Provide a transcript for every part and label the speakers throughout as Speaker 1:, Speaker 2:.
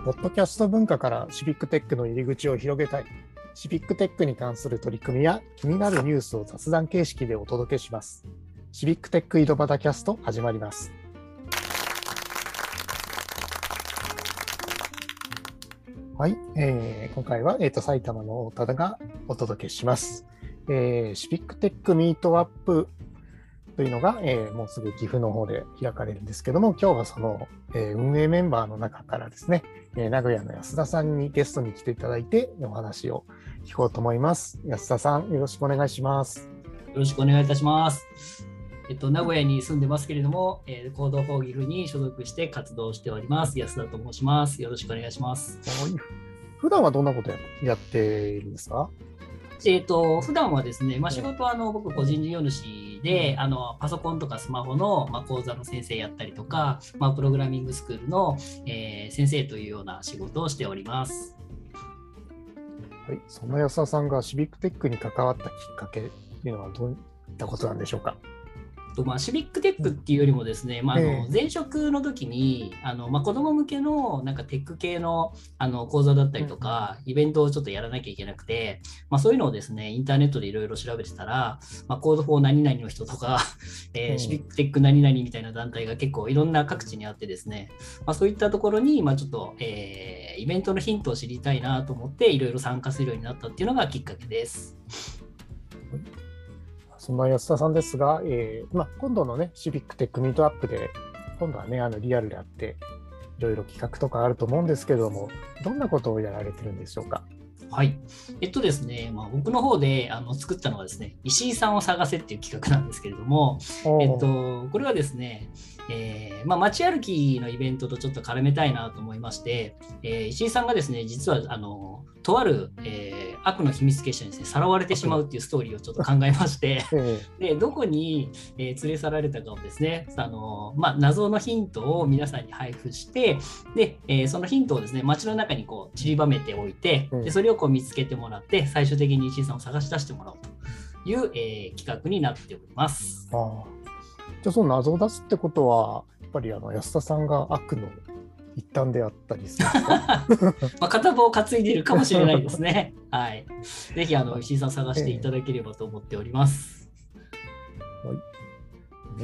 Speaker 1: ポッドキャスト文化からシビックテックの入り口を広げたい。シビックテックに関する取り組みや気になるニュースを雑談形式でお届けします。シビックテック井戸端キャスト始まります。はい、今回は、埼玉の大田がお届けします。シビックテックミートアップというのが、もうすぐ岐阜の方で開かれるんですけども、今日はその、運営メンバーの中からですね、名古屋の安田さんにゲストに来ていただいてお話を聞こうと思います。安田さん、よろしくお願いします。
Speaker 2: よろしくお願いいたします。名古屋に住んでますけれども、行動法岐阜に所属して活動しております。安田と申します。よろしくお願いします。
Speaker 1: 普段はどんなことやっているんですか？
Speaker 2: 普段はですね、仕事は僕個人事業主でパソコンとかスマホの、講座の先生やったりとか、プログラミングスクールの、先生というような仕事をしております。
Speaker 1: はい、そんな安田さんがシビックテックに関わったきっかけっていうのはどういったことなんでしょうか？
Speaker 2: シビックテックっていうよりもですね、前職の時に子ども向けのなんかテック系の講座だったりとか、イベントをちょっとやらなきゃいけなくて、そういうのをですねインターネットでいろいろ調べてたら、コードフォー何々の人とか、シビックテック何々みたいな団体が結構いろんな各地にあってですね、そういったところにちょっと、イベントのヒントを知りたいなと思っていろいろ参加するようになったっていうのがきっかけです。
Speaker 1: そんな安田さんですが、今度のねシビックテックミートアップで今度はねリアルであっていろいろ企画とかあると思うんですけれども、どんなことをやられてるんでしょうか？
Speaker 2: はい。ですね、僕の方で作ったのはですね、石井さんを探せっていう企画なんですけれども、これはですね、街歩きのイベントとちょっと絡めたいなと思いまして、石井さんがですね、実はとある、悪の秘密結社にですね、さらわれてしまうっていうストーリーをちょっと考えまして、でどこに、連れ去られたかをですね、謎のヒントを皆さんに配布して、で、そのヒントをですね、街の中にこう散りばめておいて、でそれをこう見つけてもらって、最終的に石井さんを探し出してもらおうという、企画になっております。
Speaker 1: じゃあその謎を出すってことは、やっぱり安田さんが悪の一端であったりするんですか？
Speaker 2: 片棒を担いでいるかもしれないですね。はい。ぜひ石井さん探していただければと思っております。
Speaker 1: はい。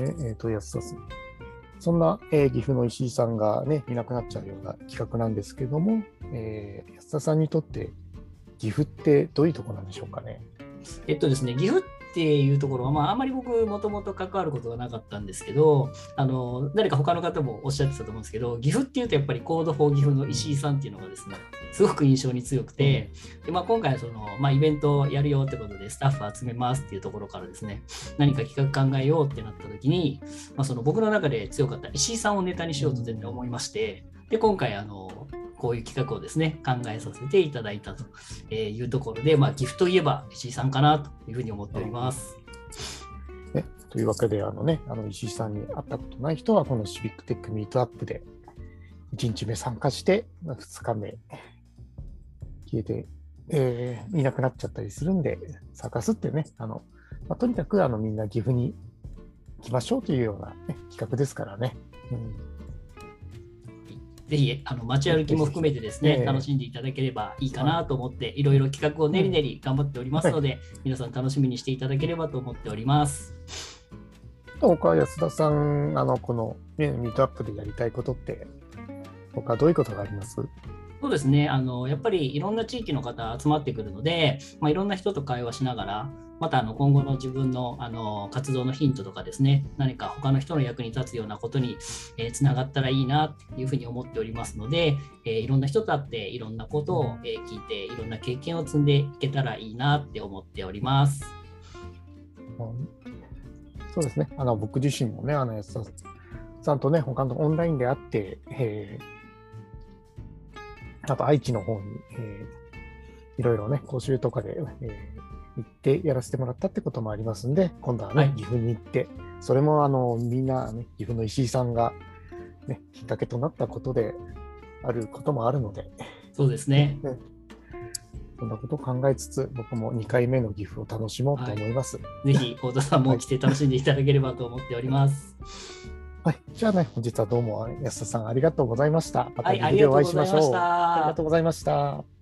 Speaker 1: 安田さん。そんな、岐阜の石井さんがねいなくなっちゃうような企画なんですけども、安田さんにとって岐阜ってどういうところなんでしょうかね？
Speaker 2: ですね、岐阜っていうところは、あまり僕もともと関わることがなかったんですけど、誰か他の方もおっしゃってたと思うんですけど、岐阜っていうとやっぱりコードフォー岐阜の石井さんっていうのがですね、すごく印象に強くて、で今回イベントをやるよってことでスタッフ集めますっていうところからですね、何か企画考えようってなった時に、僕の中で強かった石井さんをネタにしようと全然思いまして、で今回こういう企画をですね考えさせていただいたというところで、岐阜といえば石井さんかなというふうに思っております。
Speaker 1: というわけで石井さんに会ったことない人はこのシビックテックミートアップで1日目参加して2日目消えて、いなくなっちゃったりするんで、探すってねとにかくみんな岐阜に行きましょうというような、企画ですからね。
Speaker 2: ぜひ街歩きも含めてですね、楽しんでいただければいいかなと思って、いろいろ企画を練り練り頑張っておりますので、皆さん楽しみにしていただければと思っております。
Speaker 1: 他安田さんこのミートアップでやりたいことって他どういうことがあります？
Speaker 2: そうですね、やっぱりいろんな地域の方集まってくるので、いろんな人と会話しながら、また今後の自分の、活動のヒントとかですね、何か他の人の役に立つようなことにつながったらいいなというふうに思っておりますので、いろんな人と会っていろんなことを聞いていろんな経験を積んでいけたらいいなって思っております。
Speaker 1: そうですね、僕自身もね安田さんとね他のオンラインで会って、あと愛知の方に、いろいろね講習とかで、行ってやらせてもらったってこともありますんで、今度はね、岐阜に行って、それもみんな、岐阜の石井さんが、きっかけとなったことであることもあるので、
Speaker 2: そうですね。
Speaker 1: そんなことを考えつつ、僕も2回目の岐阜を楽しもうと思います。
Speaker 2: ぜひ、太田さんも来て楽しんでいただければと思っております。
Speaker 1: はい、 じゃあね、本日はどうも安田さんありがとうございました。また
Speaker 2: はい、あ
Speaker 1: ギフでお会い
Speaker 2: りがとうご
Speaker 1: しましょう。
Speaker 2: ざいまし
Speaker 1: ありが
Speaker 2: た。
Speaker 1: とうございました。